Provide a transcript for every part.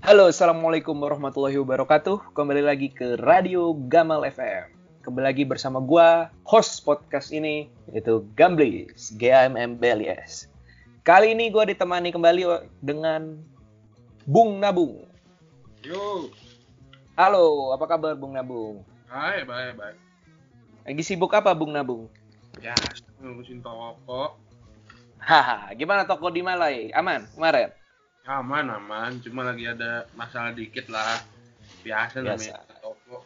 Halo, Assalamualaikum warahmatullahi wabarakatuh. Kembali lagi ke Radio Gamal FM. Kembali lagi bersama gua, host podcast ini, yaitu Gamblis, GAMMBLIS. Kali ini gua ditemani kembali dengan Bung Nabung. Yo. Halo, apa kabar Bung Nabung? Baik. Lagi sibuk apa Bung Nabung? Ya, ngurusin toko. Haha, gimana toko di Malai? Aman kemarin? Aman. Cuma lagi ada masalah dikit lah. Biasa. Namanya toko.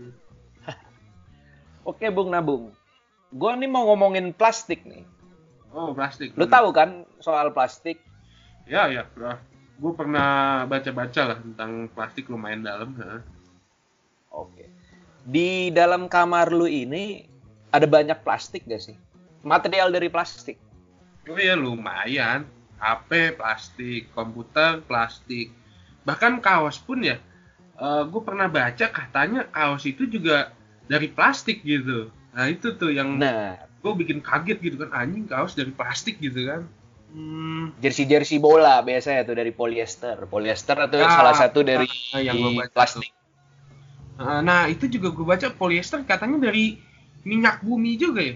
Oke Bung Nabung, gua nih mau ngomongin plastik nih. Oh, plastik. Lu tahu kan soal plastik? Ya, bro. Gue pernah baca-baca lah tentang plastik lumayan dalam. Oke. Di dalam kamar lu ini ada banyak plastik gak sih? Material dari plastik. Oh ya, lumayan. HP plastik, komputer plastik. Bahkan kaos pun ya. Gue pernah baca katanya kaos itu juga dari plastik gitu. Nah itu tuh yang gue bikin kaget gitu kan. Anjing, kaos dari plastik gitu kan. Jersey bola biasanya tuh dari polyester. Polyester atau salah satu dari yang plastik. Nah itu juga gue baca polyester katanya dari minyak bumi juga ya.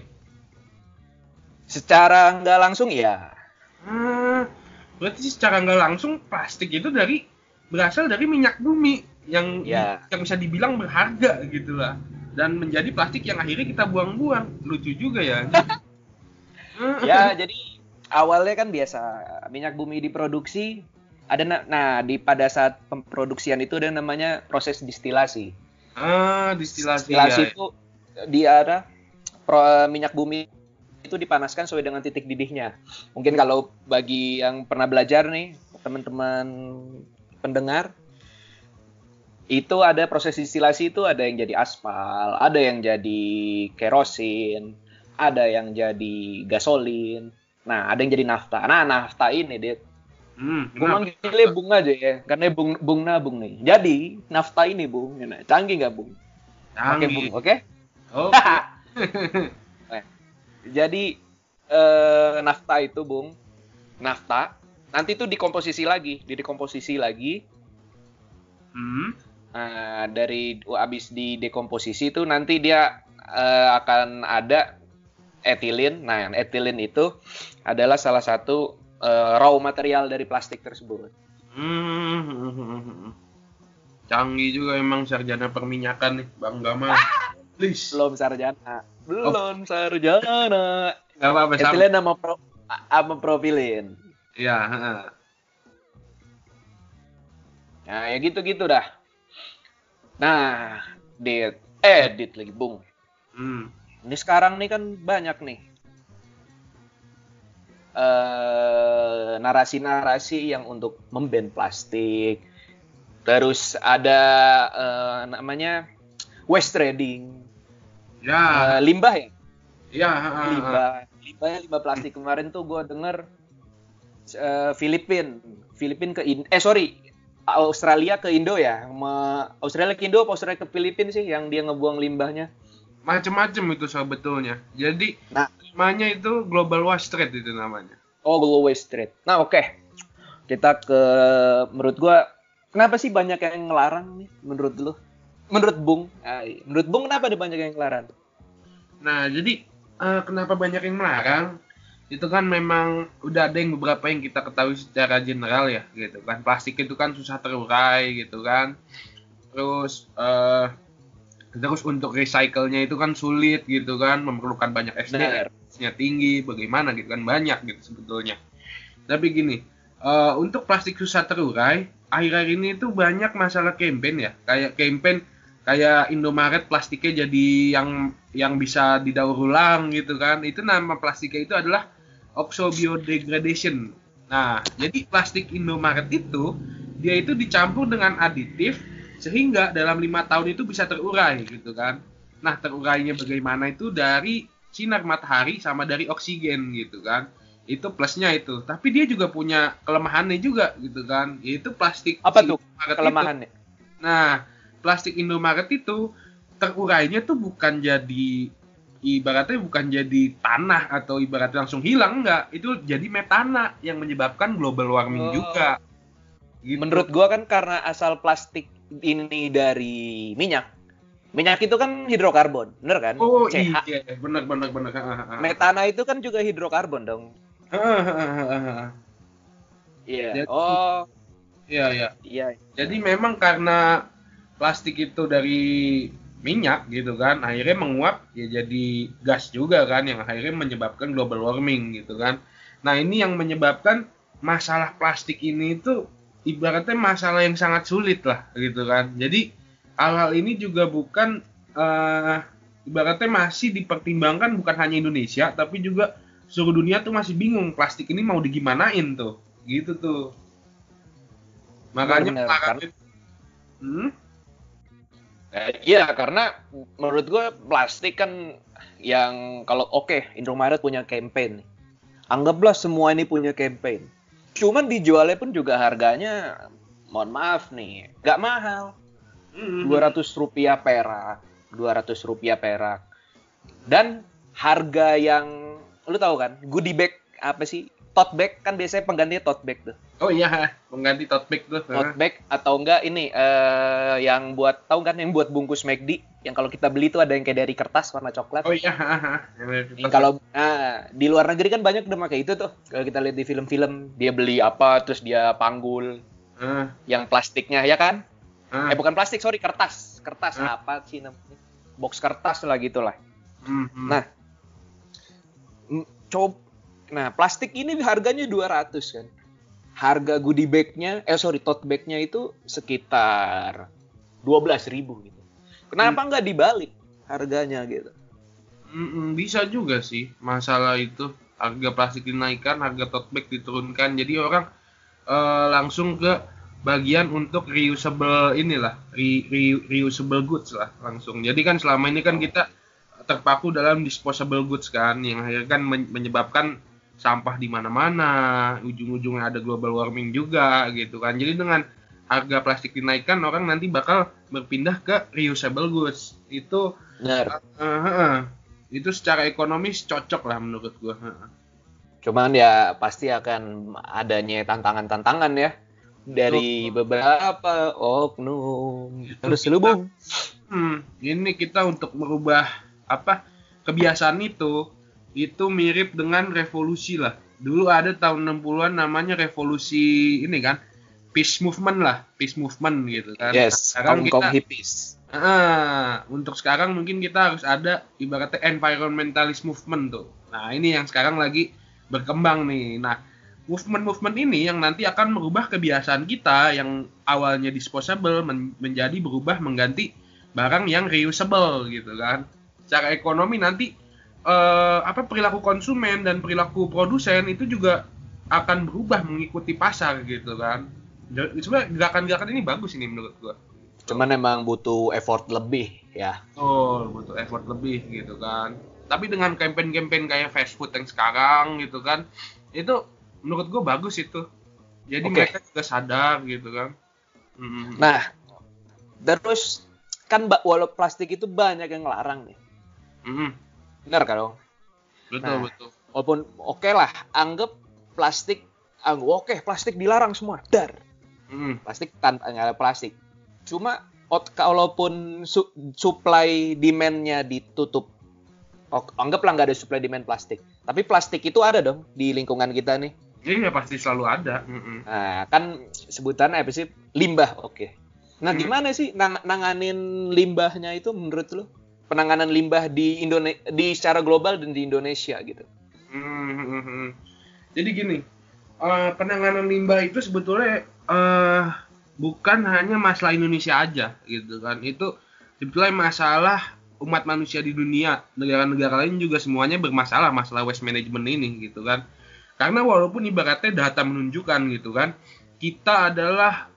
Secara nggak langsung ya. Berarti secara nggak langsung plastik itu berasal dari minyak bumi yang bisa dibilang berharga gitu lah, dan menjadi plastik yang akhirnya kita buang-buang. Lucu juga ya. Ya jadi awalnya kan biasa minyak bumi diproduksi ada pada saat pemproduksian itu ada namanya proses distilasi. Distilasi itu dia ada minyak bumi itu dipanaskan sesuai dengan titik didihnya. Mungkin kalau bagi yang pernah belajar nih, teman-teman pendengar, itu ada proses distilasi itu ada yang jadi aspal, ada yang jadi kerosin, ada yang jadi gasolin. Nah, ada yang jadi nafta. Nah, nafta ini, Dit. Gue manggilnya Bung aja ya, karena Bung Nabung nih. Jadi, nafta ini, Bung. Canggih nggak, Bung? Pakai Bung, oke? Jadi nafta itu Bung, nafta nanti itu dikomposisi lagi. Dari habis didekomposisi itu nanti dia akan ada etilin. Nah, etilin itu adalah salah satu raw material dari plastik tersebut. Canggih juga emang sarjana perminyakan nih, Bang Gamal. Belum sarjana. Gak apa-apa. Etilen sama propilin. Iya. Nah, ya gitu dah. Nah, Dit lagi, Bung. Ini sekarang nih kan banyak nih narasi-narasi yang untuk memban plastik. Terus ada namanya waste trading. Ya. Limbah ya? Iya. Limbah plastik. Kemarin tuh gue denger Australia ke Indo ya? Australia ke Indo apa Australia ke Filipina sih yang dia ngebuang limbahnya? Macem-macem itu sebetulnya. Jadi namanya itu global waste trade itu namanya. Oh, global waste trade. Nah, oke. Kita menurut gue, kenapa sih banyak yang ngelarang nih menurut lu? Menurut Bung kenapa ada banyak yang melarang? Nah, jadi kenapa banyak yang melarang? Itu kan memang udah ada yang beberapa yang kita ketahui secara general ya, gitu kan. Plastik itu kan susah terurai, gitu kan. Terus untuk recycle-nya itu kan sulit, gitu kan. Memerlukan banyak SDM-nya tinggi, bagaimana gitu kan, banyak gitu sebetulnya. Tapi gini, untuk plastik susah terurai, akhir-akhir ini tuh banyak masalah campaign ya, kayak Indomaret plastiknya jadi yang bisa didaur ulang gitu kan. Itu nama plastiknya itu adalah oxo biodegradation. Nah, jadi plastik Indomaret itu dia itu dicampur dengan aditif sehingga dalam 5 tahun itu bisa terurai gitu kan. Nah, terurainya bagaimana itu dari sinar matahari sama dari oksigen gitu kan. Itu plusnya itu. Tapi dia juga punya kelemahannya juga gitu kan. Yaitu plastik. Apa tuh kelemahannya? Nah, plastik Indomaret itu terurainya tuh ibaratnya bukan jadi tanah atau ibaratnya langsung hilang, enggak. Itu jadi metana yang menyebabkan global warming juga. Gitu. Menurut gua kan karena asal plastik ini dari minyak. Minyak itu kan hidrokarbon, bener kan? Oh CH. iya, benar. Metana itu kan juga hidrokarbon dong. Iya. Jadi, Oh, iya. iya. Jadi memang karena plastik itu dari minyak gitu kan, akhirnya menguap ya jadi gas juga kan, yang akhirnya menyebabkan global warming gitu kan. Nah ini yang menyebabkan masalah plastik ini itu ibaratnya masalah yang sangat sulit lah gitu kan. Jadi hal-hal ini juga bukan ibaratnya masih dipertimbangkan bukan hanya Indonesia, tapi juga seluruh dunia tuh masih bingung plastik ini mau digimanain tuh, gitu tuh. Makanya Benar, larangan iya, karena menurut gue plastik kan yang kalau Indomaret punya campaign nih. Anggaplah semua ini punya campaign. Cuman dijualnya pun juga harganya, mohon maaf nih, nggak mahal. Rp200 perak. Rp200 perak. Dan harga yang, lu tahu kan, goodie bag apa sih? Tote bag kan biasanya penggantinya tote bag tuh. Oh iya, pengganti tote bag tuh. Tote bag atau enggak ini yang buat, tahu kan yang buat bungkus McD yang kalau kita beli tuh ada yang kayak dari kertas warna coklat. Oh iya, Yang kalau di luar negeri kan banyak udah pakai itu tuh. Kalau kita lihat di film-film dia beli apa terus dia panggul yang plastiknya ya kan? Bukan plastik, sorry, kertas. Kertas apa sih namanya? Box kertas lah gitulah. Nah, Nah, plastik ini harganya 200 kan. Harga goodie bag-nya, tote bag-nya itu sekitar 12.000 gitu. Kenapa nggak dibalik harganya gitu? Bisa juga sih masalah itu. Harga plastik dinaikkan, harga tote bag diturunkan. Jadi orang langsung ke bagian untuk reusable inilah, reusable goods lah langsung. Jadi kan selama ini kan kita terpaku dalam disposable goods kan, yang akhirnya kan menyebabkan sampah di mana-mana, ujung-ujungnya ada global warming juga gitu kan. Jadi dengan harga plastik dinaikkan, orang nanti bakal berpindah ke reusable goods. Itu itu secara ekonomis cocok lah menurut gua. Cuman ya pasti akan adanya tantangan-tantangan ya dari beberapa oknum terselubung. Ini kita untuk merubah kebiasaan itu mirip dengan revolusi lah. Dulu ada tahun 60-an namanya revolusi ini kan, peace movement gitu kan. Yes, kaum hippies. Untuk sekarang mungkin kita harus ada ibaratnya environmentalist movement tuh. Nah, ini yang sekarang lagi berkembang nih. Nah, movement ini yang nanti akan merubah kebiasaan kita yang awalnya disposable menjadi berubah mengganti barang yang reusable gitu kan. Secara ekonomi nanti perilaku konsumen dan perilaku produsen itu juga akan berubah mengikuti pasar gitu kan. Sebenarnya gerakan-gerakan ini bagus ini menurut gua. Cuman emang butuh effort lebih ya. Butuh effort lebih gitu kan. Tapi dengan campaign-campaign kayak fast food yang sekarang gitu kan, itu menurut gua bagus itu. Jadi mereka juga sadar gitu kan. Nah, terus kan walau plastik itu banyak yang ngelarang nih. Benar kan dong? Betul. Walaupun lah, anggap plastik, plastik dilarang semua, dar. Plastik tanpa ada plastik. Cuma kalaupun supply demand-nya ditutup, anggaplah nggak ada supply demand plastik. Tapi plastik itu ada dong di lingkungan kita nih. Iya pasti selalu ada. Nah kan sebutannya apa sih? Limbah, Nah gimana sih nanganin limbahnya itu menurut lo? Penanganan limbah di secara global dan di Indonesia gitu. Jadi gini, penanganan limbah itu sebetulnya bukan hanya masalah Indonesia aja gitu kan. Itu sebetulnya masalah umat manusia di dunia. Negara-negara lain juga semuanya bermasalah masalah waste management ini gitu kan. Karena walaupun ibaratnya data menunjukkan gitu kan, kita adalah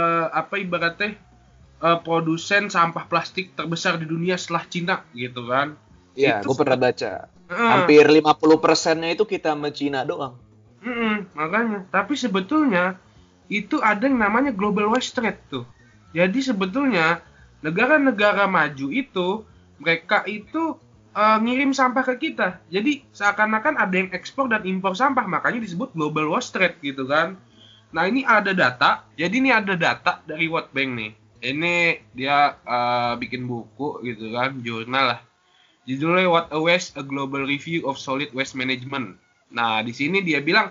produsen sampah plastik terbesar di dunia setelah Cina gitu kan. Iya, gue pernah baca. Hampir 50%-nya itu kita sama Cina doang. Makanya. Tapi sebetulnya itu ada yang namanya global waste trade tuh. Jadi sebetulnya negara-negara maju itu mereka itu ngirim sampah ke kita. Jadi seakan-akan ada yang ekspor dan impor sampah, makanya disebut global waste trade gitu kan. Nah, ini ada data. Jadi ini ada data dari World Bank nih. Ini dia bikin buku gitu kan, jurnal lah. Judulnya What a Waste, A Global Review of Solid Waste Management. Nah, di sini dia bilang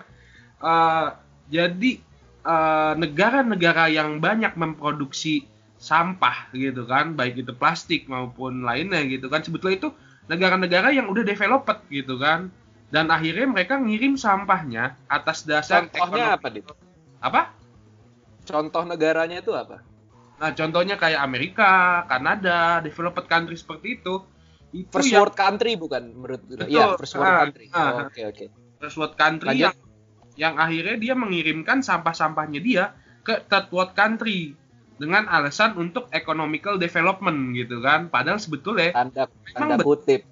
jadi negara-negara yang banyak memproduksi sampah gitu kan, baik itu plastik maupun lainnya gitu kan, sebetulnya itu negara-negara yang udah developed gitu kan. Dan akhirnya mereka ngirim sampahnya atas dasar Contohnya apa, Dit? Apa? Contoh negaranya itu apa? Nah, contohnya kayak Amerika, Kanada, developed country seperti itu. Itu First yang world country bukan menurut gue? betul. Iya, first world country. Oke. First world country Lanjut. yang akhirnya dia mengirimkan sampah-sampahnya dia ke third world country dengan alasan untuk economical development gitu kan. Padahal sebetulnya Tanda kutip.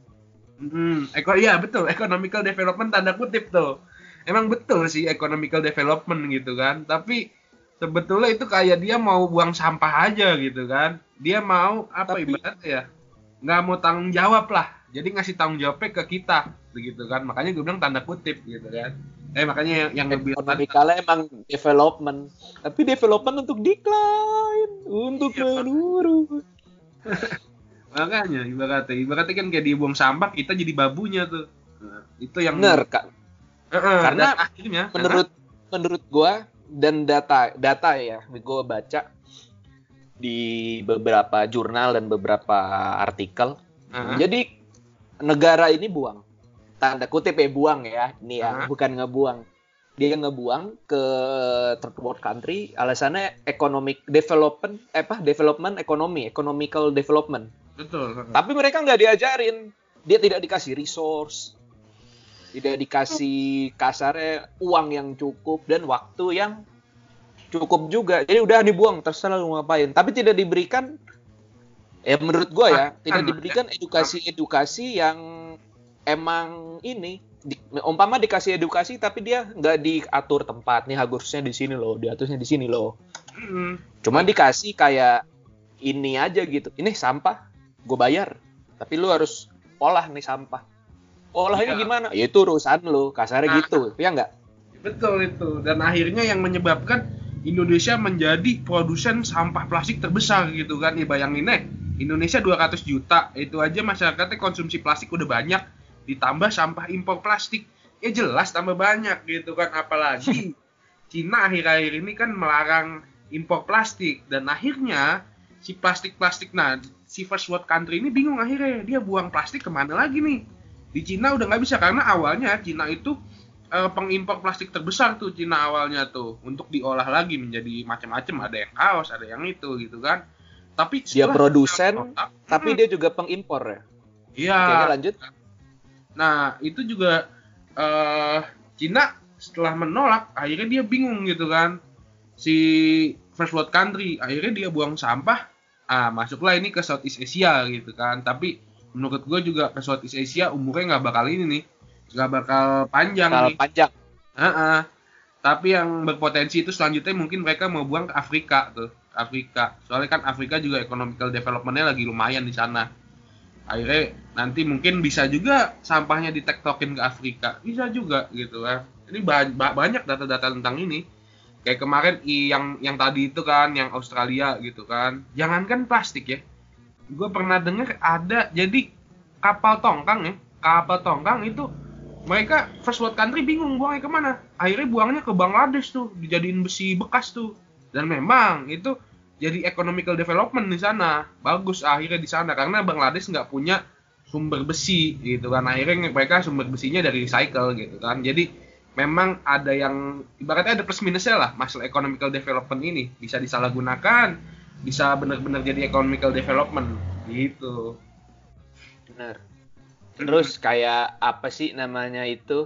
Iya betul, economical development tanda kutip tuh. Emang betul sih economical development gitu kan. Tapi sebetulnya itu kayak dia mau buang sampah aja gitu kan. Dia mau ibaratnya ya, nggak mau tanggung jawab lah. Jadi ngasih tanggung jawabnya ke kita begitu kan. Makanya gue bilang tanda kutip gitu kan. Makanya yang lebih economicalnya emang development. Tapi development untuk decline, untuk menurun. Makanya ibaratnya kan kayak dia buang sampah, kita jadi babunya tuh. Nah, itu yang bener, Kak. Karena akhirnya menurut gua dan data ya, gua baca di beberapa jurnal dan beberapa artikel. Jadi negara ini buang, tanda kutip buang ya, ini ya, bukan ngebuang. Dia ngebuang ke third world country, alasannya economic development, economical development. Betul. Tapi mereka nggak diajarin, dia tidak dikasih resource, tidak dikasih kasarnya uang yang cukup dan waktu yang cukup juga. Jadi udah dibuang, terserah lu ngapain. Tapi tidak diberikan, menurut gue ya, tidak diberikan edukasi yang emang ini. Umpama dikasih edukasi tapi dia nggak diatur tempat, nih harusnya di sini loh, diaturnya di sini loh. Cuma dikasih kayak ini aja gitu. Ini sampah, gue bayar. Tapi lu harus olah nih sampah. Olahnya gimana? Ya itu urusan lu, kasarnya gitu, ya nggak? Betul itu. Dan akhirnya yang menyebabkan Indonesia menjadi produsen sampah plastik terbesar gitu kan. Ya bayangin Indonesia 200 juta, itu aja masyarakatnya konsumsi plastik udah banyak, ditambah sampah impor plastik, ya jelas tambah banyak gitu kan. Apalagi Cina akhir-akhir ini kan melarang impor plastik, dan akhirnya si plastik-plastik, si first world country ini bingung akhirnya, dia buang plastik kemana lagi nih. Di Cina udah nggak bisa, karena awalnya Cina itu pengimpor plastik terbesar tuh Cina awalnya tuh, untuk diolah lagi menjadi macam-macam, ada yang kaos, ada yang itu gitu kan. Tapi dia produsen, tapi dia juga pengimpor ya. Iya. Oke, lanjut. Nah itu juga Cina setelah menolak, akhirnya dia bingung gitu kan, si first world country, akhirnya dia buang sampah, masuklah ini ke Southeast Asia gitu kan. Tapi menurut gue juga ke Southeast Asia umurnya nggak bakal ini nih, nggak bakal panjang nih. Panjang. Tapi yang berpotensi itu selanjutnya mungkin mereka mau buang ke Afrika tuh, Afrika. Soalnya kan Afrika juga economical development-nya lagi lumayan di sana. Akhirnya nanti mungkin bisa juga sampahnya ditektokin ke Afrika, bisa juga gitu kan. Ini banyak data-data tentang ini. Kayak kemarin yang tadi itu kan, yang Australia gitu kan. Jangankan plastik ya, gue pernah dengar ada jadi kapal tongkang itu mereka first world country bingung buangnya kemana, akhirnya buangnya ke Bangladesh tuh, dijadiin besi bekas tuh. Dan memang itu jadi economical development di sana, bagus akhirnya di sana, karena Bangladesh nggak punya sumber besi gitu kan. Akhirnya mereka sumber besinya dari recycle gitu kan. Jadi memang ada yang ibaratnya ada plus minusnya lah, masalah economical development ini bisa disalahgunakan, bisa benar-benar jadi economical development gitu. Benar. Terus kayak apa sih namanya itu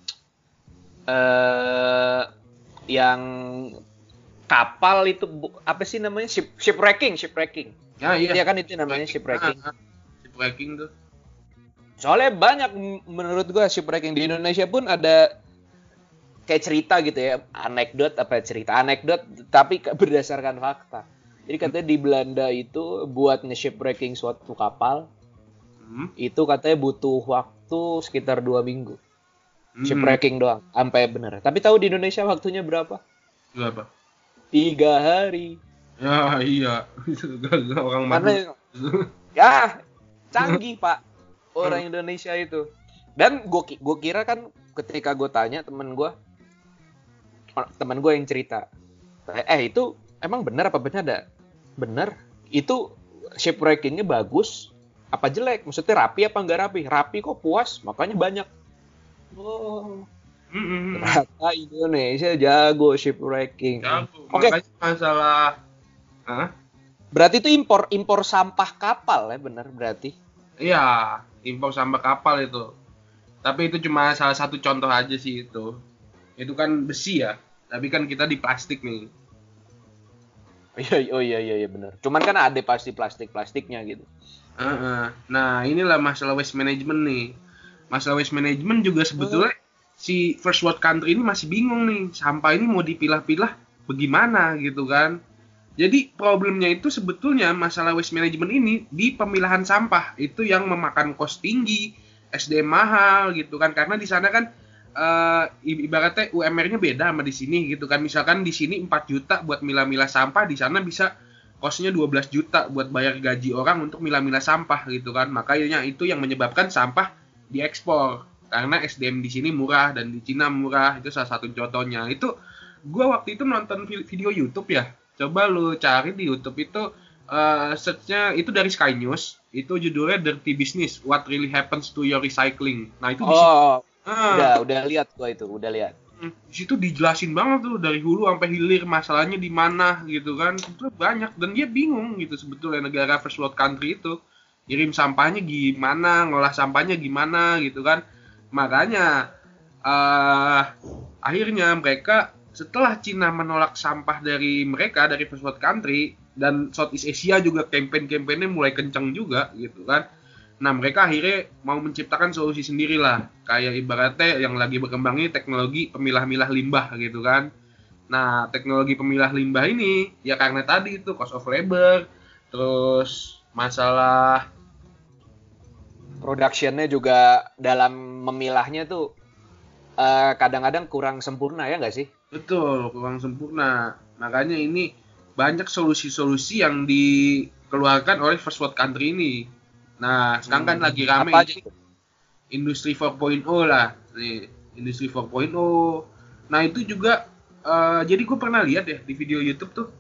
yang kapal itu apa sih namanya, shipwrecking. Ya, iya. Iya kan itu namanya shipwrecking. Shipwrecking tuh. Soalnya banyak menurut gua shipwrecking di Indonesia pun ada kayak cerita gitu ya, anekdot tapi berdasarkan fakta. Jadi katanya di Belanda itu buat nge-shipwrecking suatu kapal itu katanya butuh waktu sekitar 2 minggu. Shipwrecking doang, sampai bener. Tapi tahu di Indonesia waktunya berapa? Berapa? 3 hari. Ya iya, itu gak orang Karena Madura. ya canggih Pak orang Indonesia itu. Dan gue kira kan ketika gue tanya temen gue yang cerita, itu emang benar apa bercanda? Bener. Itu shipwreckingnya bagus apa jelek? Maksudnya rapi apa enggak rapi? Rapi kok, puas, makanya banyak. Oh, ternyata Indonesia jago shipwrecking. Jago. Oke. Makanya masalah, Hah? Berarti itu impor sampah kapal ya, benar berarti. Iya, impor sampah kapal itu. Tapi itu cuma salah satu contoh aja sih itu. Itu kan besi ya, tapi kan kita di plastik nih. Iya benar. Cuman kan ada pasti plastiknya gitu. Nah, inilah masalah waste management nih. Masalah waste management juga sebetulnya si first world country ini masih bingung nih. Sampah ini mau dipilah-pilah bagaimana gitu kan. Jadi problemnya itu sebetulnya masalah waste management ini di pemilahan sampah. Itu yang memakan cost tinggi, SDM mahal gitu kan. Karena di sana kan ibaratnya UMR-nya beda sama di sini gitu kan. Misalkan di sini 4 juta buat milah-milah sampah, di sana bisa cost-nya 12 juta buat bayar gaji orang untuk milah-milah sampah gitu kan. Makanya itu yang menyebabkan sampah diekspor. Karena SDM di sini murah dan di Cina murah. Itu salah satu contohnya. Itu gua waktu itu nonton video YouTube ya. Coba lu cari di YouTube itu search-nya itu dari Sky News. Itu judulnya Dirty Business, What Really Happens to Your Recycling. Nah, itu udah lihat gua itu, udah lihat. Di situ dijelasin banget tuh dari hulu sampai hilir masalahnya di mana gitu kan. Itu banyak dan dia bingung gitu sebetulnya negara first world country itu kirim sampahnya gimana, ngolah sampahnya gimana gitu kan. Makanya akhirnya mereka setelah Cina menolak sampah dari mereka dari first world country dan Southeast Asia juga campaign-campaignnya mulai kencang juga gitu kan. Nah, mereka akhirnya mau menciptakan solusi sendiri lah. Kayak ibaratnya yang lagi berkembang ini teknologi pemilah-milah limbah gitu kan. Nah, teknologi pemilah limbah ini ya karena tadi itu cost of labor, terus masalah Production-nya juga dalam memilahnya tuh kadang-kadang kurang sempurna ya nggak sih? betul kurang sempurna. Makanya ini banyak solusi-solusi yang dikeluarkan oleh first world country ini. Nah, sekarang kan lagi rame apa aja ini tuh? Industri 4.0 lah. Nih, Industri 4.0. Nah, itu juga jadi gue pernah lihat ya di video YouTube tuh.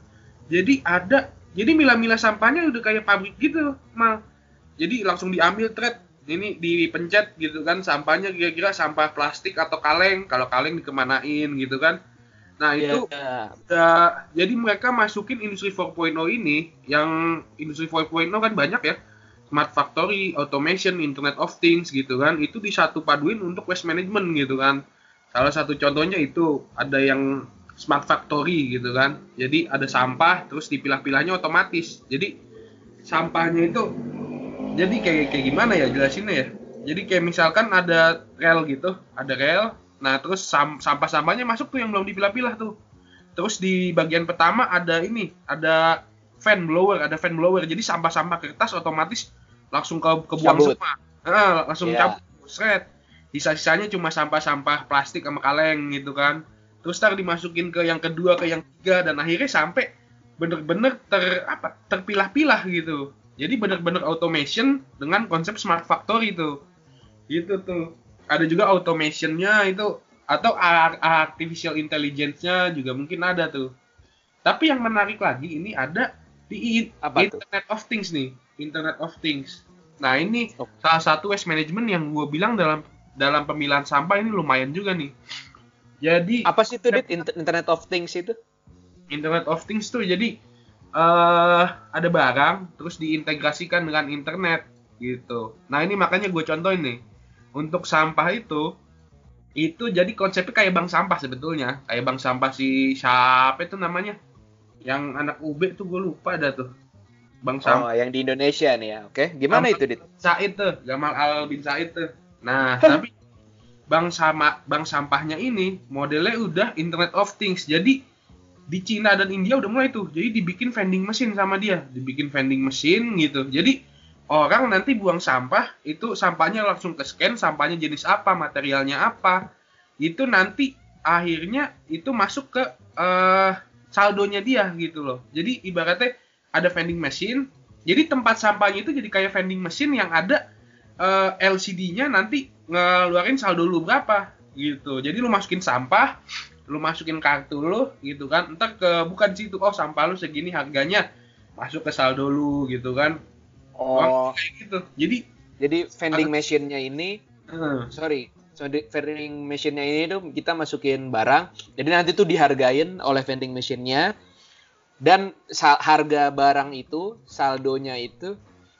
Jadi milah-milah sampahnya udah kayak pabrik gitu, Mal. Jadi langsung diambil thread, ini dipencet gitu kan sampahnya kira-kira sampah plastik atau kaleng. Kalau kaleng dikemanain gitu kan. Nah, itu jadi mereka masukin Industri 4.0 ini, yang Industri 4.0 kan banyak ya. Smart Factory, Automation, Internet of Things gitu kan. Itu disatu paduin untuk waste management gitu kan. Salah satu contohnya itu ada yang Smart Factory gitu kan. Jadi ada sampah terus dipilah-pilahnya otomatis. Jadi sampahnya itu jadi kayak gimana ya jelasinnya ya. Jadi kayak misalkan ada rel gitu, ada rel. Nah, terus sampah-sampahnya masuk tuh yang belum dipilah-pilah tuh. Terus di bagian pertama ada ada fan blower. Jadi sampah-sampah kertas otomatis langsung ke buang semua. Langsung cabut, seret. Sisa-sisanya cuma sampah-sampah plastik sama kaleng gitu kan. Terus dimasukin ke yang kedua, ke yang ketiga, dan akhirnya sampai bener-bener terpilah-pilah gitu. Jadi bener-bener automation dengan konsep smart factory itu. Gitu tuh. Ada juga automationnya itu, atau artificial intelligence-nya juga mungkin ada tuh. Tapi yang menarik lagi ini ada di Internet of Things nih, Internet of Things. Nah, ini salah satu waste management yang gue bilang dalam pemilahan sampah ini lumayan juga nih. Jadi apa sih itu Internet of Things itu? Internet of Things tuh jadi ada barang terus diintegrasikan dengan internet gitu. Nah, ini makanya gue contohin nih. Untuk sampah itu jadi konsepnya kayak bank sampah sebetulnya. Kayak bank sampah si siapa itu namanya? Yang anak UB tuh gue lupa dah tuh. Bank sampah. Oh, yang di Indonesia nih ya. Oke. Gimana Gamal itu, Dit? Said tuh, Gamal Al bin Said tuh. Nah, tapi bank sampahnya ini modelnya udah Internet of Things. Jadi di Cina dan India udah mulai tuh. Jadi dibikin vending mesin sama dia. Dibikin vending mesin gitu. Jadi orang nanti buang sampah, itu sampahnya langsung ke scan, sampahnya jenis apa, materialnya apa. Itu nanti akhirnya itu masuk ke saldonya dia gitu loh. Jadi ibaratnya ada vending machine, jadi tempat sampahnya itu jadi kayak vending machine yang ada LCD-nya nanti ngeluarin saldo lu berapa gitu. Jadi lu masukin sampah, lu masukin kartu lu gitu kan, entar ke bukan situ, oh sampah lu segini harganya, masuk ke saldo lu gitu kan. Oh, Kayak gitu. jadi vending machine-nya ini, Hmm. so vending machine-nya ini tuh kita masukin barang, jadi nanti tuh dihargain oleh vending machine-nya, dan harga barang itu, saldonya itu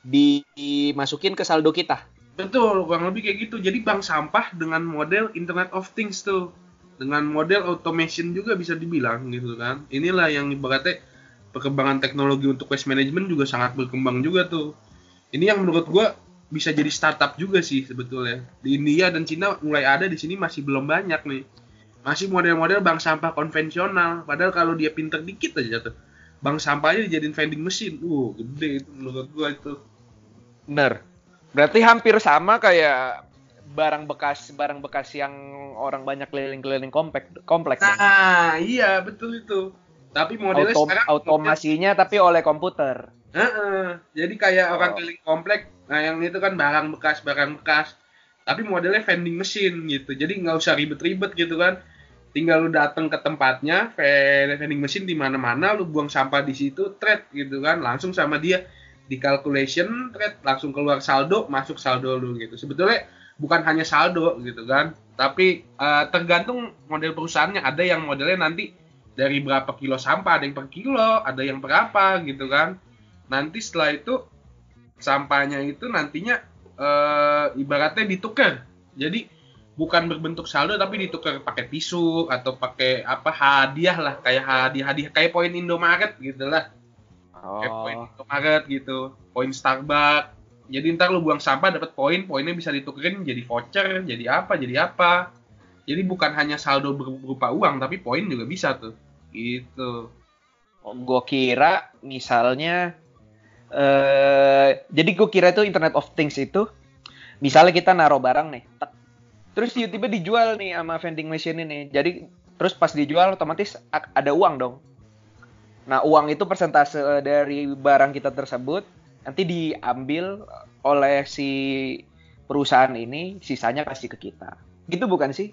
dimasukin ke saldo kita. Betul, kurang lebih kayak gitu. Jadi bank sampah dengan model Internet of Things tuh. Dengan model automation juga bisa dibilang gitu kan. Inilah yang ibaratnya perkembangan teknologi untuk waste management juga sangat berkembang juga tuh. Ini yang menurut gua bisa jadi startup juga sih sebetulnya. Di India dan Cina mulai ada, di sini masih belum banyak nih. Masih model-model bank sampah konvensional. Padahal kalau dia pinter dikit aja tuh, bank sampahnya dijadiin vending machine. Gede itu menurut gua itu. Bener. Berarti hampir sama kayak barang bekas yang orang banyak keliling-keliling kompleks dong. Nah, iya betul itu. Tapi modelnya sekarang Automasinya tapi oleh komputer. jadi kayak orang keliling komplek. Nah, yang itu kan barang bekas. Tapi modelnya vending machine gitu. Jadi nggak usah ribet-ribet gitu kan. Tinggal lu datang ke tempatnya, vending machine di mana-mana, lu buang sampah di situ, trade gitu kan. Langsung sama dia di calculation, trade, langsung keluar saldo, masuk saldo lu gitu. Sebetulnya bukan hanya saldo gitu kan. Tapi tergantung model perusahaannya. Ada yang modelnya nanti dari berapa kilo sampah, ada yang per kilo, ada yang per apa gitu kan. Nanti setelah itu sampahnya itu nantinya ibaratnya ditukar. Jadi bukan berbentuk saldo tapi ditukar pakai tisu atau pakai apa hadiah lah, kayak hadiah kayak poin Indomaret gitu lah. Kayak poin Indomaret gitu, poin Starbucks. Jadi ntar lu buang sampah dapat poinnya bisa ditukerin jadi voucher, jadi apa. Jadi bukan hanya saldo berupa uang tapi poin juga bisa tuh. Gitu. Gue kira misalnya jadi gue kira itu Internet of Things itu misalnya kita naruh barang nih, terus tiba-tiba dijual nih sama vending machine ini. Jadi terus pas dijual otomatis ada uang dong. Nah, uang itu persentase dari barang kita tersebut nanti diambil oleh si perusahaan ini, sisanya kasih ke kita. Gitu bukan sih?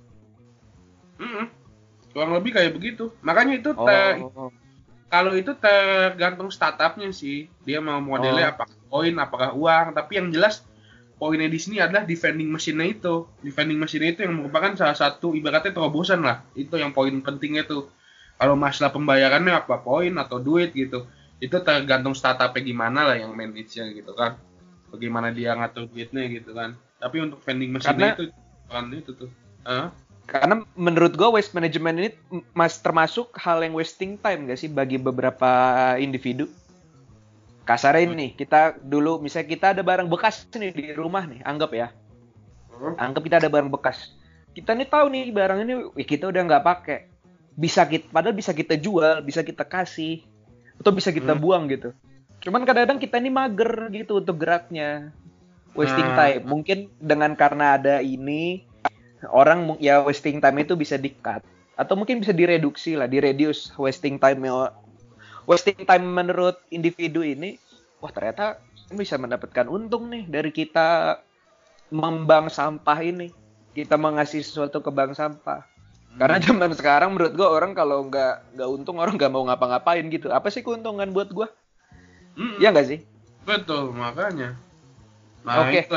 Kurang lebih kayak begitu. Makanya itu kalau itu tergantung startupnya sih. Dia mau modelnya apakah poin, apakah uang. Tapi yang jelas poinnya di sini adalah di vending machine-nya itu. Di vending machine itu yang merupakan salah satu ibaratnya terobosan lah. Itu yang poin pentingnya tuh. Kalau masalah pembayarannya apa poin atau duit gitu. Itu tergantung startupnya gimana lah yang manage-nya gitu kan. Bagaimana dia ngatur duitnya gitu kan. Tapi untuk vending machine-nya itu kan itu tuh. Karena menurut gue waste management ini termasuk hal yang wasting time gak sih bagi beberapa individu. Kasarnya nih, kita dulu misalnya kita ada barang bekas nih di rumah nih, anggap ya. Anggap kita ada barang bekas. Kita nih tahu nih barang ini kita udah nggak pakai. Padahal bisa kita jual, bisa kita kasih, atau bisa kita buang gitu. Cuman kadang-kadang kita ini mager gitu untuk geraknya. Wasting time. Mungkin karena ada ini, orang ya wasting time itu bisa di-cut atau mungkin bisa direduksi lah, direduce wasting time menurut individu ini. Wah, ternyata bisa mendapatkan untung nih dari kita membank sampah ini. Kita mengasih sesuatu ke bank sampah. Karena zaman sekarang menurut gue orang kalau nggak untung orang nggak mau ngapa-ngapain gitu. Apa sih keuntungan buat gue? Ya nggak sih? Betul, makanya. Oke.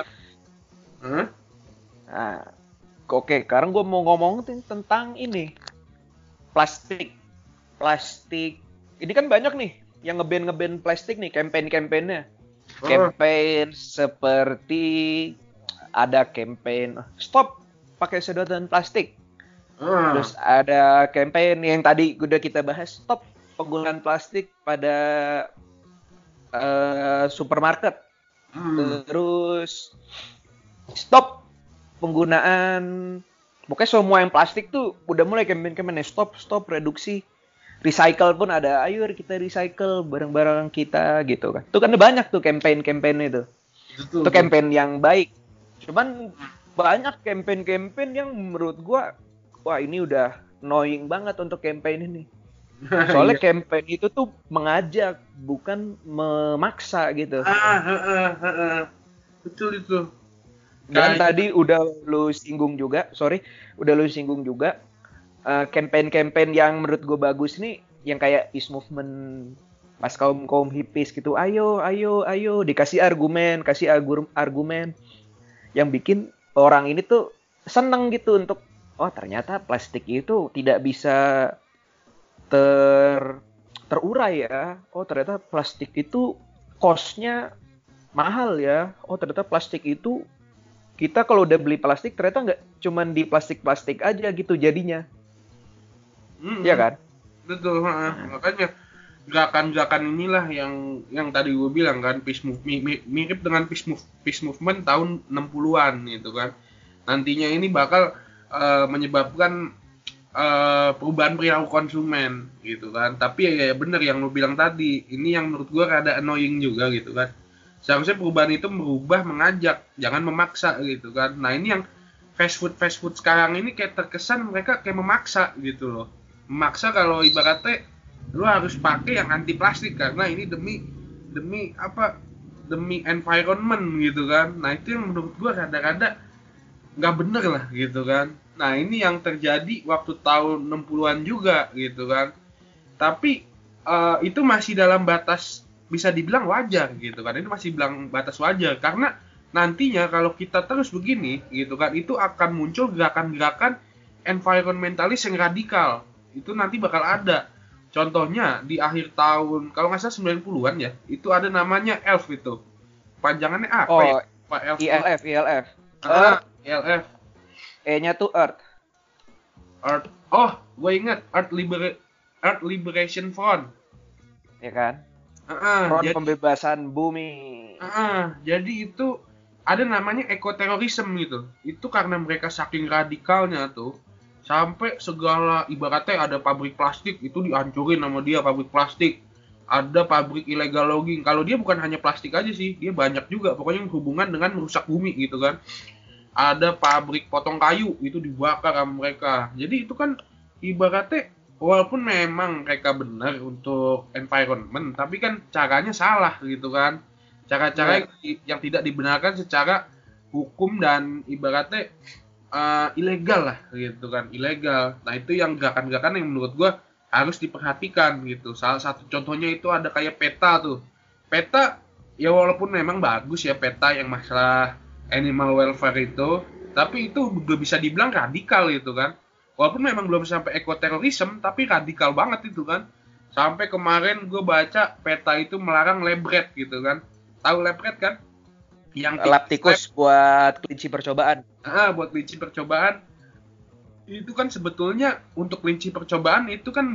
Oke, sekarang gue mau ngomong tentang ini. Plastik. Ini kan banyak nih yang nge-ban plastik nih, campaign-campaignnya. Campaign seperti ada campaign stop pakai sedotan plastik. Terus ada campaign yang tadi udah kita bahas, stop penggunaan plastik pada supermarket. Terus stop penggunaan, pokoknya semua yang plastik tuh udah mulai campaign stop reduksi. Recycle pun ada, ayo kita recycle barang-barang kita gitu kan. Itu kan banyak tuh campaign itu. Itu campaign yang baik. Cuman banyak campaign yang menurut gua wah ini udah annoying banget untuk campaign ini. Soalnya campaign itu tuh mengajak, bukan memaksa gitu. Betul itu. Dan tadi udah lu singgung juga, campaign-campaign yang menurut gue bagus nih, yang kayak peace movement, pas kaum hippies gitu, ayo, dikasih argumen, yang bikin orang ini tuh seneng gitu untuk, oh ternyata plastik itu tidak bisa terurai ya, oh ternyata plastik itu cost-nya mahal ya, oh ternyata plastik itu kita kalau udah beli plastik ternyata nggak cuman di plastik aja gitu jadinya. Iya kan? Betul, makanya gerakan-gerakan inilah yang tadi gue bilang kan, mirip dengan peace movement tahun 60-an gitu kan. Nantinya ini bakal menyebabkan perubahan perilaku konsumen gitu kan. Tapi ya bener yang lu bilang tadi, ini yang menurut gue rada annoying juga gitu kan. Seharusnya perubahan itu merubah, mengajak, jangan memaksa gitu kan. Nah ini yang fast food sekarang ini kayak terkesan mereka kayak memaksa gitu loh. Memaksa kalau ibaratnya lu harus pakai yang anti plastik karena ini demi environment gitu kan. Nah itu yang menurut gua rada-rada nggak bener lah gitu kan. Nah ini yang terjadi waktu tahun 60-an juga gitu kan. Tapi itu masih dalam batas bisa dibilang wajar gitu kan. Ini masih bilang batas wajar karena nantinya kalau kita terus begini gitu kan, itu akan muncul gerakan-gerakan environmentalis yang radikal. Itu nanti bakal ada. Contohnya di akhir tahun, kalau nggak salah 90-an ya, itu ada namanya ELF itu. Panjangannya apa ya? Pak ELF. ELF. E-nya tuh Earth. Oh, gue ingat Earth Liberation Front. Ya kan? Front pembebasan bumi. Jadi itu ada namanya ekoterorisme gitu. Itu karena mereka saking radikalnya tuh, sampai segala ibaratnya ada pabrik plastik itu dihancurin sama dia, pabrik plastik. Ada pabrik illegal logging. Kalau dia bukan hanya plastik aja sih, dia banyak juga pokoknya hubungan dengan merusak bumi gitu kan. Ada pabrik potong kayu itu dibakar sama mereka. Jadi itu kan ibaratnya walaupun memang mereka benar untuk environment, tapi kan caranya salah gitu kan. Cara-cara yang tidak dibenarkan secara hukum dan ibaratnya ilegal lah gitu kan, ilegal. Nah itu yang gerakan-gerakan yang menurut gue harus diperhatikan gitu. Salah satu contohnya itu ada kayak PETA tuh. PETA ya walaupun memang bagus ya PETA yang masalah animal welfare itu, tapi itu udah bisa dibilang radikal gitu kan. Walaupun memang belum sampai ekoterorisme, tapi radikal banget itu kan. Sampai kemarin gue baca PETA itu melarang lab rat gitu kan. Tahu lab rat kan? Yang lab tikus buat kelinci percobaan. Buat kelinci percobaan. Itu kan sebetulnya untuk kelinci percobaan itu kan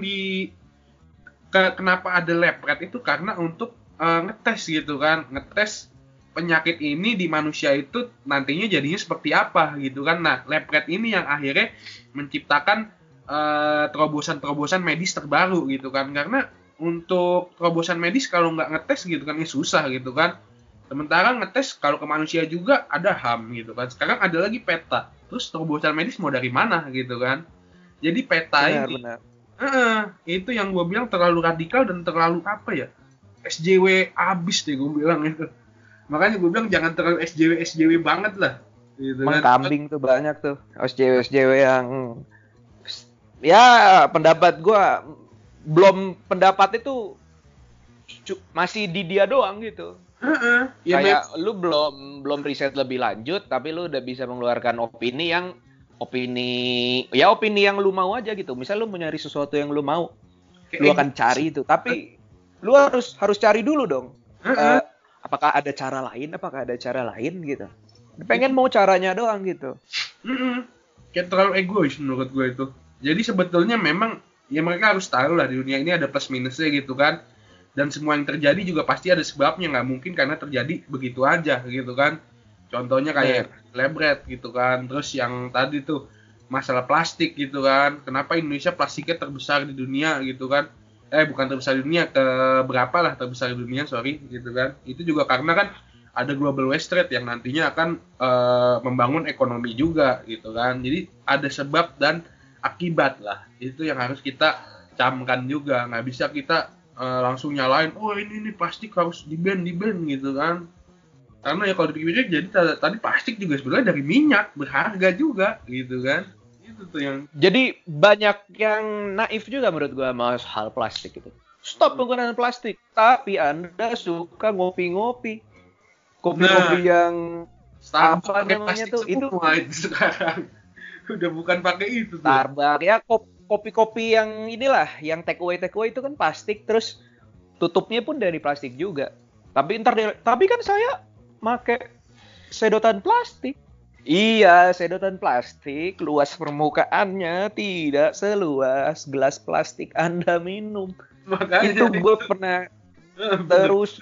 kenapa ada lab rat itu karena untuk ngetes gitu kan. Ngetes penyakit ini di manusia itu nantinya jadinya seperti apa gitu kan. Nah, lab rat ini yang akhirnya menciptakan terobosan-terobosan medis terbaru gitu kan. Karena untuk terobosan medis kalau nggak ngetes gitu kan ya susah gitu kan. Sementara ngetes kalau ke manusia juga ada HAM gitu kan. Sekarang ada lagi PETA. Terus terobosan medis mau dari mana gitu kan. Jadi PETA benar. Itu yang gue bilang terlalu radikal dan terlalu apa ya, SJW abis deh gue bilang itu. Makanya gue bilang jangan terlalu SJW banget lah gitu kan. Kambing tuh banyak tuh SJW yang ya pendapat gue pendapat itu masih di dia doang gitu. Kayak lu belum riset lebih lanjut, tapi lu udah bisa mengeluarkan opini yang lu mau aja gitu. Misal lu mau nyari sesuatu yang lu mau, lu akan cari itu. Tapi lu harus cari dulu dong. Apakah ada cara lain gitu. Pengen mau caranya doang gitu. Kayak terlalu egois menurut gue itu. Jadi sebetulnya memang ya mereka harus tahu lah di dunia ini ada plus minusnya gitu kan. Dan semua yang terjadi juga pasti ada sebabnya, nggak mungkin karena terjadi begitu aja gitu kan. Contohnya kayak lab rat gitu kan. Terus yang tadi tuh masalah plastik gitu kan. Kenapa Indonesia plastiknya terbesar di dunia gitu kan. Bukan terbesar di dunia, terbesar di dunia gitu kan. Itu juga karena kan ada global waste trade yang nantinya akan membangun ekonomi juga gitu kan. Jadi ada sebab dan akibat lah. Itu yang harus kita camkan juga. Nggak bisa kita langsung nyalain, oh ini plastik harus di-ban gitu kan. Karena ya kalau dipikir-pikir jadi tadi plastik juga sebenarnya dari minyak, berharga juga gitu kan. Itu tuh yang jadi banyak yang naif juga menurut gua sama hal plastik itu. Stop penggunaan plastik. Tapi Anda suka ngopi-ngopi. Kopi-kopi yang Starbucks apa pakai namanya plastik tuh? Itu semua itu sekarang. Udah bukan pakai itu tuh. Starbucks ya kopi-kopi yang inilah, yang take away itu kan plastik, terus tutupnya pun dari plastik juga. Tapi kan saya make sedotan plastik. Iya, sedotan plastik, luas permukaannya tidak seluas gelas plastik Anda minum. Makanya Itu gue pernah terus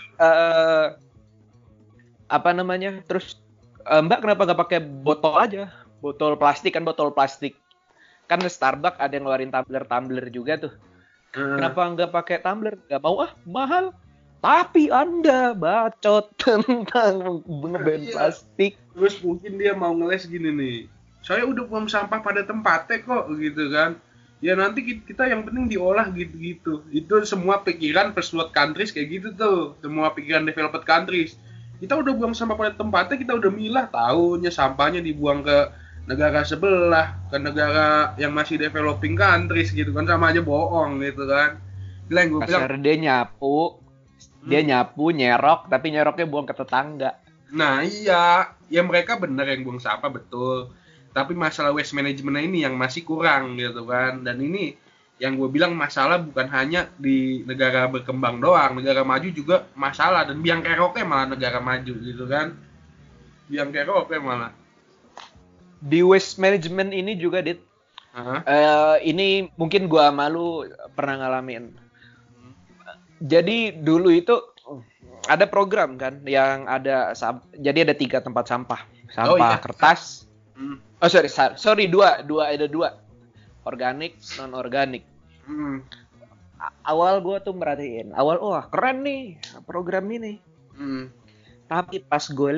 apa namanya? Terus Mbak kenapa nggak pakai botol aja? Botol plastik. Kan Starbucks ada yang ngeluarin tumbler juga tuh. Kenapa nggak pakai tumbler? Nggak mau mahal. Tapi Anda bacot tentang nge-ban plastik. Terus mungkin dia mau ngeles gini nih. Saya udah buang sampah pada tempatnya kok gitu kan. Ya nanti kita yang penting diolah gitu-gitu. Itu semua pikiran first world countries kayak gitu tuh. Semua pikiran developed countries. Kita udah buang sampah pada tempatnya, kita udah milah, taunya sampahnya dibuang ke negara sebelah, ke negara yang masih developing countries gitu kan, sama aja bohong gitu kan. Gila gue bilang. Kasar dia nyapu, nyerok, tapi nyeroknya buang ke tetangga. Nah iya, ya mereka bener yang buang sampah betul. Tapi masalah waste management ini yang masih kurang gitu kan. Dan ini yang gue bilang masalah bukan hanya di negara berkembang doang, negara maju juga masalah. Dan biang keroknya malah negara maju gitu kan. Biang keroknya malah. Di waste management ini juga, Dit. Ini mungkin gue malu pernah ngalamin. Jadi dulu itu ada program kan yang ada, jadi ada 3 tempat sampah kertas. Sorry dua ada 2, organik, non organik. Awal gue tuh merhatiin, wah keren nih program ini. Tapi pas gue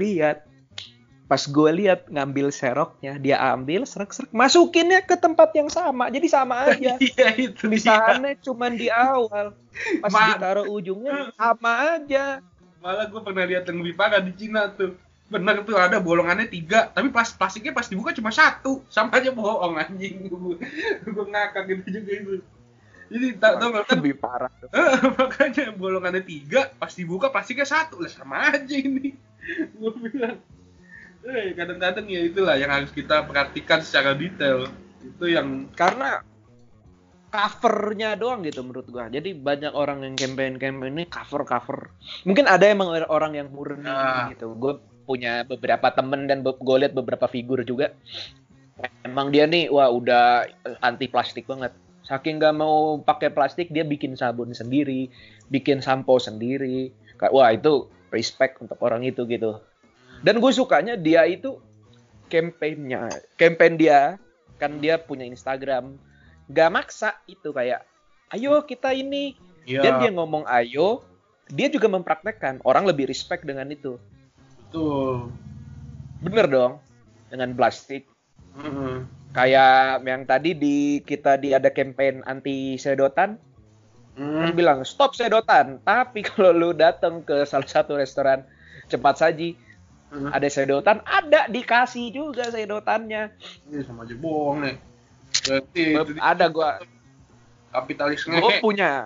lihat ngambil seroknya, dia ambil serek masukinnya ke tempat yang sama, jadi sama aja. Iya itu tulisannya cuman di awal, pas ditaruh ujungnya sama aja. Malah gue pernah lihat yang lebih parah di Cina tuh. Bener tuh ada bolongannya 3, tapi plastiknya pas dibuka cuma 1, sama aja bohong anjing. Gue ngakak gitu juga itu. Jadi tau kan lebih parah. Makanya bolongannya 3, pas dibuka plastiknya 1, lah sama aja ini. Gue bilang. Kadang-kadang ya itulah yang harus kita perhatikan secara detail. Itu yang karena covernya doang gitu menurut gua. Jadi banyak orang yang campaign ini cover. Mungkin ada emang orang yang murni gitu. Gue punya beberapa temen dan gue lihat beberapa figur juga. Emang dia nih udah anti plastik banget. Saking gak mau pakai plastik, dia bikin sabun sendiri, bikin sampo sendiri. Wah itu respect untuk orang itu gitu. Dan gue sukanya dia itu campaign dia, kan dia punya Instagram, gak maksa itu kayak, ayo kita ini. Dan dia ngomong ayo, dia juga mempraktekkan, orang lebih respect dengan itu. Betul. Bener dong, dengan plastik. Kayak yang tadi kita ada campaign anti sedotan, kan bilang stop sedotan, tapi kalau lu datang ke salah satu restoran cepat saji, ada sedotan, ada dikasih juga sedotannya. Ini sama aja bohong nih. Berarti ada gua kapitalis ngehe. Gua punya.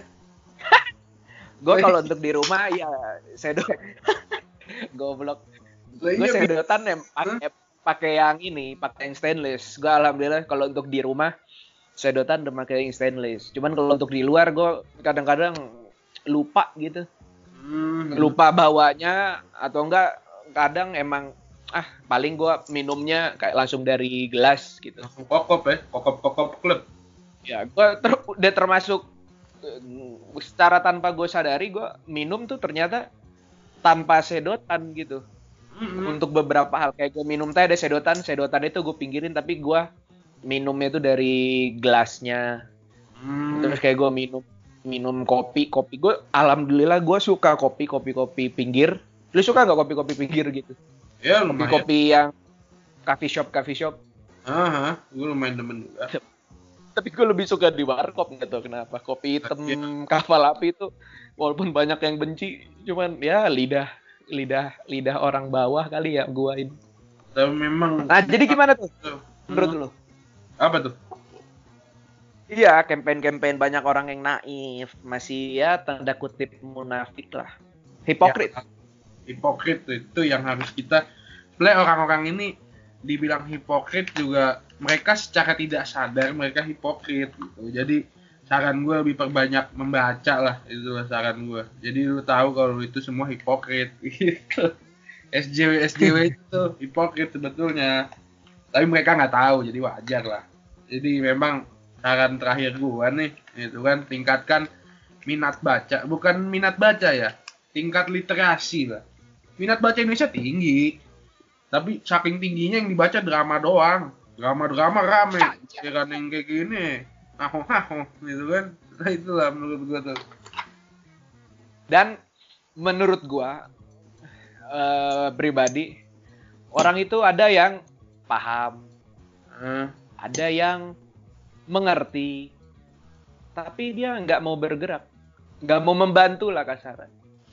Gua kalau untuk di rumah ya sedotan. Goblok. Gua sedotan pakai yang stainless. Gua alhamdulillah kalau untuk di rumah sedotan udah pakai yang stainless. Cuman kalau untuk di luar gua kadang-kadang lupa gitu. Lupa bawanya atau enggak kadang emang paling gue minumnya kayak langsung dari gelas gitu. Langsung kokop klub. Ya gue udah termasuk secara tanpa gue sadari gue minum tuh ternyata tanpa sedotan gitu. Untuk beberapa hal kayak gue minum teh ada sedotan itu gue pinggirin, tapi gue minumnya tuh dari gelasnya. Terus kayak gue minum kopi gue alhamdulillah gue suka kopi pinggir. Lu suka nggak kopi pinggir gitu? Ya lumayan. Kopi yang coffee shop. Gue lumayan demen juga. Tapi gue lebih suka di warkop, nggak tahu kenapa. Kopi hitam kapal api itu walaupun banyak yang benci, cuman ya lidah orang bawah kali ya gua ini. Tapi memang. Nah, jadi gimana tuh menurut lu? Apa tuh? Iya, campaign banyak orang yang naif, masih ya tanda kutip munafik lah. Hipokrit. Ya, hipokrit itu yang harus kita. Sebenarnya orang-orang ini dibilang hipokrit juga, mereka secara tidak sadar mereka hipokrit gitu. Jadi saran gue lebih perbanyak membaca lah, itu saran gue. Jadi lu tahu kalau itu semua hipokrit gitu. SJW itu hipokrit sebetulnya, tapi mereka nggak tahu, jadi wajar lah. Jadi memang saran terakhir gue nih, itu kan tingkatkan minat baca, bukan minat baca ya, tingkat literasi lah. Minat baca Indonesia tinggi, tapi saking tingginya yang dibaca drama doang. Drama rame. Ya kan yang kayak gini. Gitu kan. Nah itulah menurut gua tuh. Dan menurut gua pribadi, orang itu ada yang paham, ada yang mengerti, tapi dia nggak mau bergerak, nggak mau membantu lah kasaran.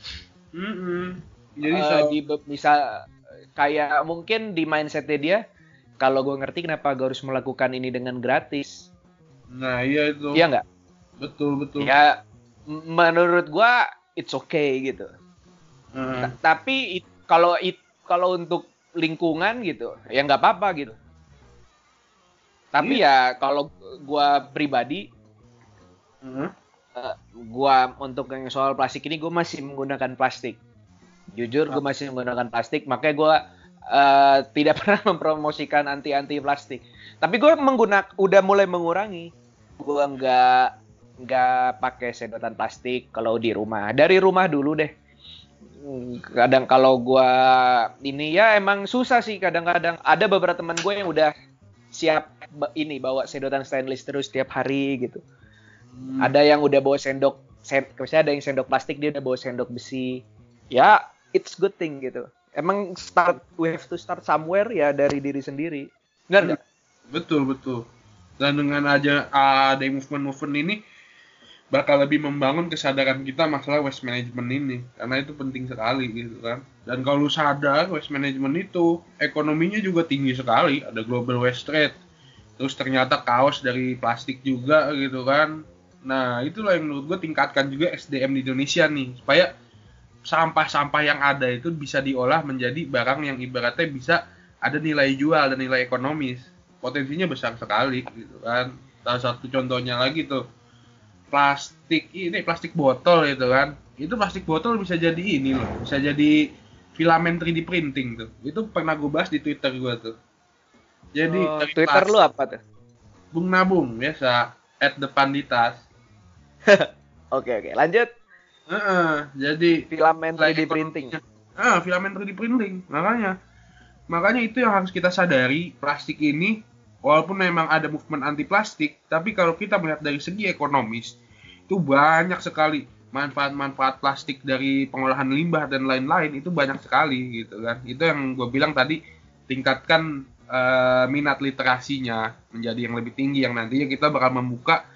Jadi bisa kayak mungkin di mindsetnya dia, kalau gue ngerti kenapa gue harus melakukan ini dengan gratis. Nah iya itu. Iya nggak? Betul. Ya menurut gue it's okay gitu. Tapi kalau untuk lingkungan gitu, ya nggak apa-apa gitu. Tapi ya kalau gue pribadi, gue untuk yang soal plastik ini gue masih menggunakan plastik. Jujur gue masih menggunakan plastik, makanya gue tidak pernah mempromosikan anti plastik. Tapi gue udah mulai mengurangi. Gue nggak pakai sedotan plastik kalau di rumah. Dari rumah dulu deh. Kadang kalau gue ini ya emang susah sih kadang-kadang. Ada beberapa teman gue yang udah siap ini bawa sedotan stainless terus tiap hari gitu. Ada yang udah bawa sendok, misalnya ada yang sendok plastik, dia udah bawa sendok besi. Ya, it's good thing gitu. Emang we have to start somewhere ya, dari diri sendiri. Benar nggak? Betul. Dan dengan ada movement ini bakal lebih membangun kesadaran kita masalah waste management ini, karena itu penting sekali gitu kan. Dan kalau sadar waste management itu ekonominya juga tinggi sekali, ada global waste trade. Terus ternyata kaos dari plastik juga gitu kan. Nah, itulah yang menurut gue tingkatkan juga SDM di Indonesia nih, supaya sampah-sampah yang ada itu bisa diolah menjadi barang yang ibaratnya bisa ada nilai jual dan nilai ekonomis. Potensinya besar sekali gitu kan. Salah satu contohnya lagi tuh plastik botol gitu kan. Itu plastik botol bisa jadi ini loh, bisa jadi filamen 3D printing tuh. Itu pernah gue bahas di Twitter gue tuh. Jadi Twitter lu apa tuh? Bung Nabung biasa @depanditas. Oke, lanjut. Jadi filamen 3D printing. Filamen 3D printing. Makanya itu yang harus kita sadari, plastik ini walaupun memang ada movement anti plastik, tapi kalau kita melihat dari segi ekonomis, itu banyak sekali manfaat-manfaat plastik dari pengolahan limbah dan lain-lain, itu banyak sekali gitu kan. Itu yang gue bilang tadi, tingkatkan minat literasinya menjadi yang lebih tinggi, yang nantinya kita bakal membuka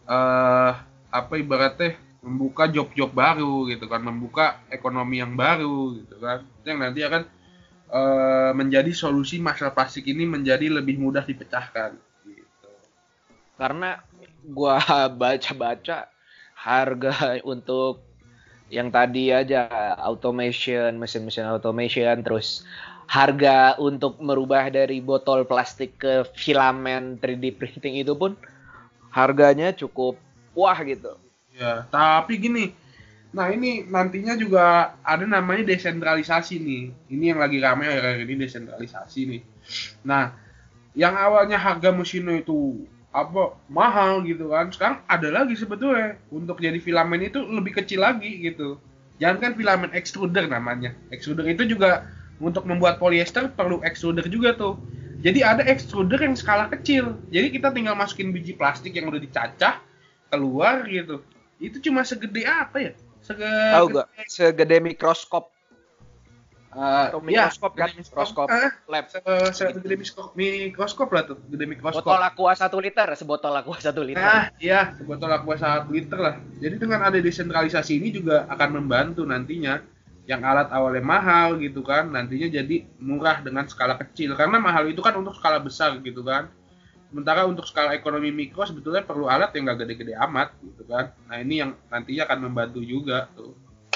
ibaratnya membuka job-job baru gitu kan, membuka ekonomi yang baru gitu kan, yang nanti akan menjadi solusi masalah plastik ini menjadi lebih mudah dipecahkan gitu. Karena gua baca-baca harga untuk yang tadi aja automation, mesin-mesin automation, terus harga untuk merubah dari botol plastik ke filamen 3D printing itu pun harganya cukup wah gitu. Ya, tapi gini, nah ini nantinya juga ada namanya desentralisasi nih. Ini yang lagi ramai akhir-akhir ini, desentralisasi nih. Nah, yang awalnya harga mesinnya itu mahal gitu kan, sekarang ada lagi sebetulnya untuk jadi filamen itu lebih kecil lagi gitu. Jangan kan filamen extruder namanya. Extruder itu juga untuk membuat polyester perlu extruder juga tuh. Jadi ada extruder yang skala kecil. Jadi kita tinggal masukin biji plastik yang udah dicacah keluar gitu. Itu cuma segede apa ya? Tahu gak? Segede mikroskop. Atau mikroskop kan, mikroskop lab. Gede mikroskop lah tuh, gede mikroskop. Botol aqua 1 liter, sebotol aqua 1 liter. Nah, iya, sebotol aqua 1 liter lah. Jadi dengan ada desentralisasi ini juga akan membantu nantinya yang alat awalnya mahal gitu kan, nantinya jadi murah dengan skala kecil. Karena mahal itu kan untuk skala besar gitu kan. Sementara untuk skala ekonomi mikro sebetulnya perlu alat yang nggak gede-gede amat gitu kan. Nah ini yang nantinya akan membantu juga tuh.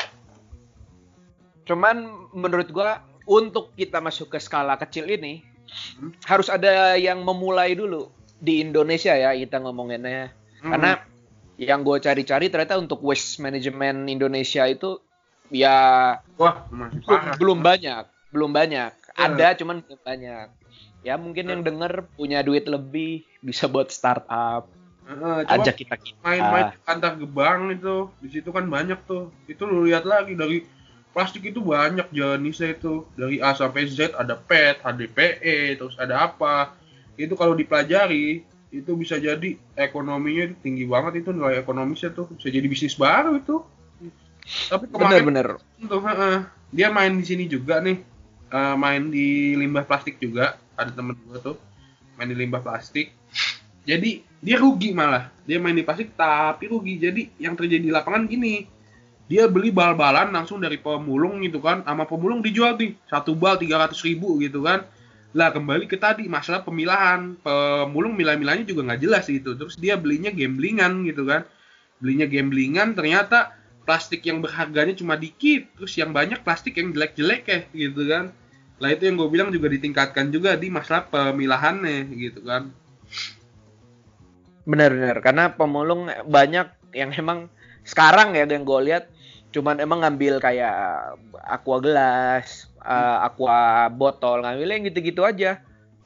Cuman menurut gua untuk kita masuk ke skala kecil ini harus ada yang memulai dulu di Indonesia ya kita ngomonginnya. Karena yang gue cari-cari ternyata untuk waste management Indonesia itu ya masih parah. belum banyak. Ada cuman belum banyak. Ya mungkin yang denger punya duit lebih bisa buat startup. Ajak kita. Main-main antar gebang itu, di situ kan banyak tuh. Itu lu lihat lagi dari plastik itu banyak jenisnya itu. Dari A sampai Z ada PET, HDPE, terus ada apa. Itu kalau dipelajari, itu bisa jadi ekonominya itu tinggi banget itu nilai ekonomisnya tuh. Bisa jadi bisnis baru itu. Tapi kemarin bener. Tuh, dia main di sini juga nih. Main di limbah plastik juga. Ada temen gue tuh main di limbah plastik. Jadi dia rugi malah. Dia main di plastik tapi rugi. Jadi yang terjadi di lapangan gini. Dia beli bal-balan langsung dari pemulung gitu kan. Sama pemulung dijual nih. 1 bal 300.000 gitu kan. Lah kembali ke tadi masalah pemilahan. Pemulung milah-milahnya juga nggak jelas gitu. Terus dia belinya gamblingan gitu kan. Belinya gamblingan ternyata plastik yang berharganya cuma dikit. Terus yang banyak plastik yang jelek-jelek ya gitu kan. Lah itu yang gue bilang juga ditingkatkan juga di masalah pemilahannya gitu kan. Benar-benar karena pemulung banyak yang emang sekarang ya yang gue lihat cuman emang ngambil kayak aqua gelas, aqua botol, ngambil yang gitu-gitu aja.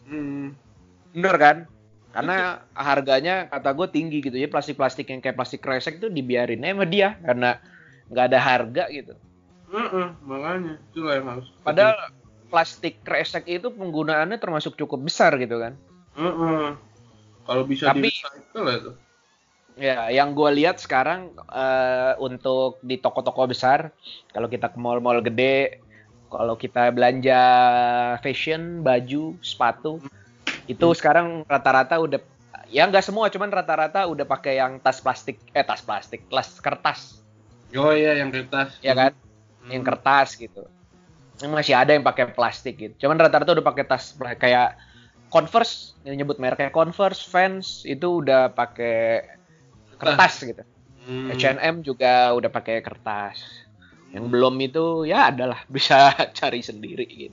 Bener kan? Karena harganya kata gue tinggi gitu ya, plastik-plastik yang kayak plastik kresek itu dibiarin sama dia karena nggak ada harga gitu. Makanya itulah yang harus. Padahal plastik kresek itu penggunaannya termasuk cukup besar gitu kan. Kalau bisa di-recycle lah tuh. Ya, yang gue lihat sekarang untuk di toko-toko besar, kalau kita ke mall-mall gede, kalau kita belanja fashion, baju, sepatu, itu sekarang rata-rata udah, ya nggak semua, cuman rata-rata udah pakai yang tas kertas. Oh iya, yang kertas. Ya kan, yang kertas gitu. Masih ada yang pakai plastik gitu. Cuman rata-rata udah pakai tas kayak Converse, yang nyebut mereknya Converse, Vans itu udah pakai kertas gitu. H&M juga udah pakai kertas. Yang belum itu ya adalah bisa cari sendiri gitu.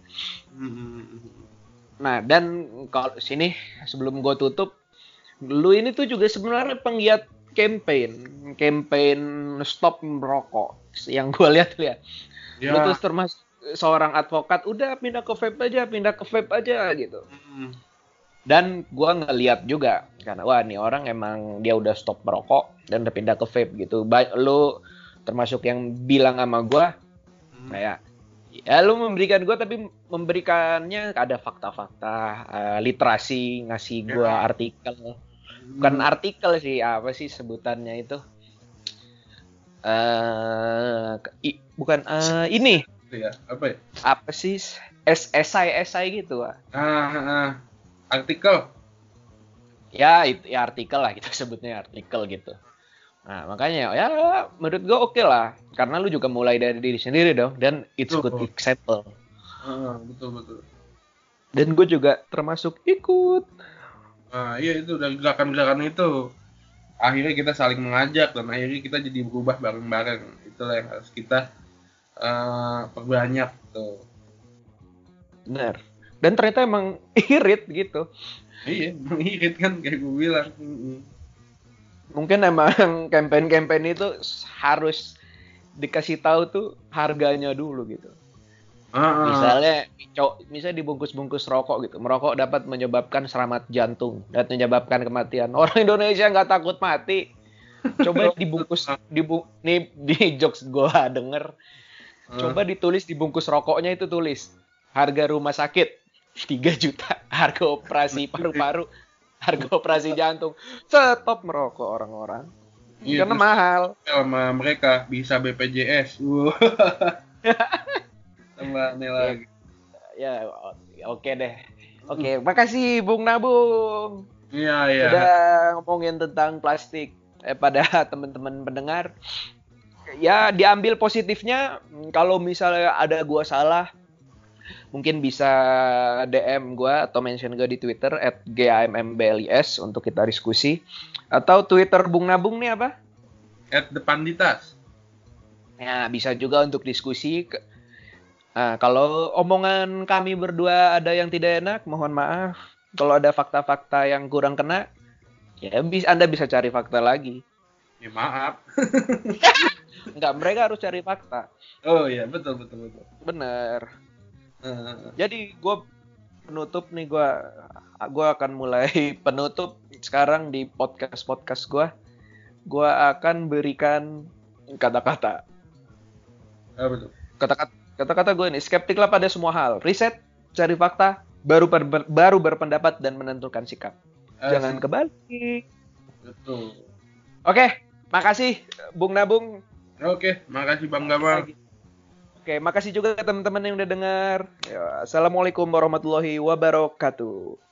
Nah, dan kalau sini sebelum gue tutup, lu ini tuh juga sebenarnya penggiat campaign stop merokok. Yang gue lihat tuh ya. Lu tuh termasuk seorang advokat, udah pindah ke vape aja gitu. Dan gue ngeliat juga karena wah nih orang emang dia udah stop merokok dan udah pindah ke vape gitu. Lu termasuk yang bilang sama gue kayak ya lu memberikan gue tapi memberikannya ada fakta-fakta, literasi, ngasih gue artikel. Bukan artikel sih, apa sih sebutannya itu? Ini. Ya, apa ya? Apa sih? Esai gitu. Artikel. Ya, artikel lah kita sebutnya artikel gitu. Nah, makanya ya menurut gue oke lah. Karena lu juga mulai dari diri sendiri dong. Dan it's good example. Betul. Dan gue juga termasuk ikut. Iya itu dari gerakan-gerakan itu. Akhirnya kita saling mengajak dan akhirnya kita jadi berubah bareng-bareng. Itulah yang harus kita perbanyak tuh. Benar. Dan ternyata emang irit gitu. Iya, irit kan kayak gue bilang. Mungkin emang campaign itu harus dikasih tahu tuh harganya dulu gitu. Misalnya dibungkus-bungkus rokok gitu. Merokok dapat menyebabkan serangan jantung dan menyebabkan kematian. Orang Indonesia nggak takut mati. Coba dibungkus nih di jokes gua denger. Coba ditulis dibungkus rokoknya itu tulis harga rumah sakit 3 juta, harga operasi paru-paru, harga operasi jantung. Stop merokok orang-orang. Iya, karena mahal. Sama mereka bisa BPJS. tambah aneh lagi. Ya, oke deh. Oke, makasih Bung Nabung. Iya. Udah ngomongin tentang plastik pada teman-teman pendengar. Ya, diambil positifnya. Kalau misalnya ada gua salah, mungkin bisa DM gua atau mention gua di Twitter @gammBlis untuk kita diskusi. Atau Twitter Bung Nabung nih apa? @depanditas. Ya, bisa juga untuk diskusi. Nah, kalau omongan kami berdua ada yang tidak enak, mohon maaf. Kalau ada fakta-fakta yang kurang kena, ya Anda bisa cari fakta lagi. Ya maaf. Enggak, mereka harus cari fakta. Oh iya, betul. Bener. Jadi gue penutup nih, gue akan mulai penutup sekarang di podcast gue. Gue akan berikan kata-kata. Betul. Kata-kata gue ini, skeptiklah pada semua hal. Riset, cari fakta, baru berpendapat dan menentukan sikap. Jangan kebalik. Betul. Oke, makasih Bung Nabung. Oke, makasih Bang Gamal. Oke, makasih juga teman-teman yang udah dengar. Ya, assalamualaikum warahmatullahi wabarakatuh.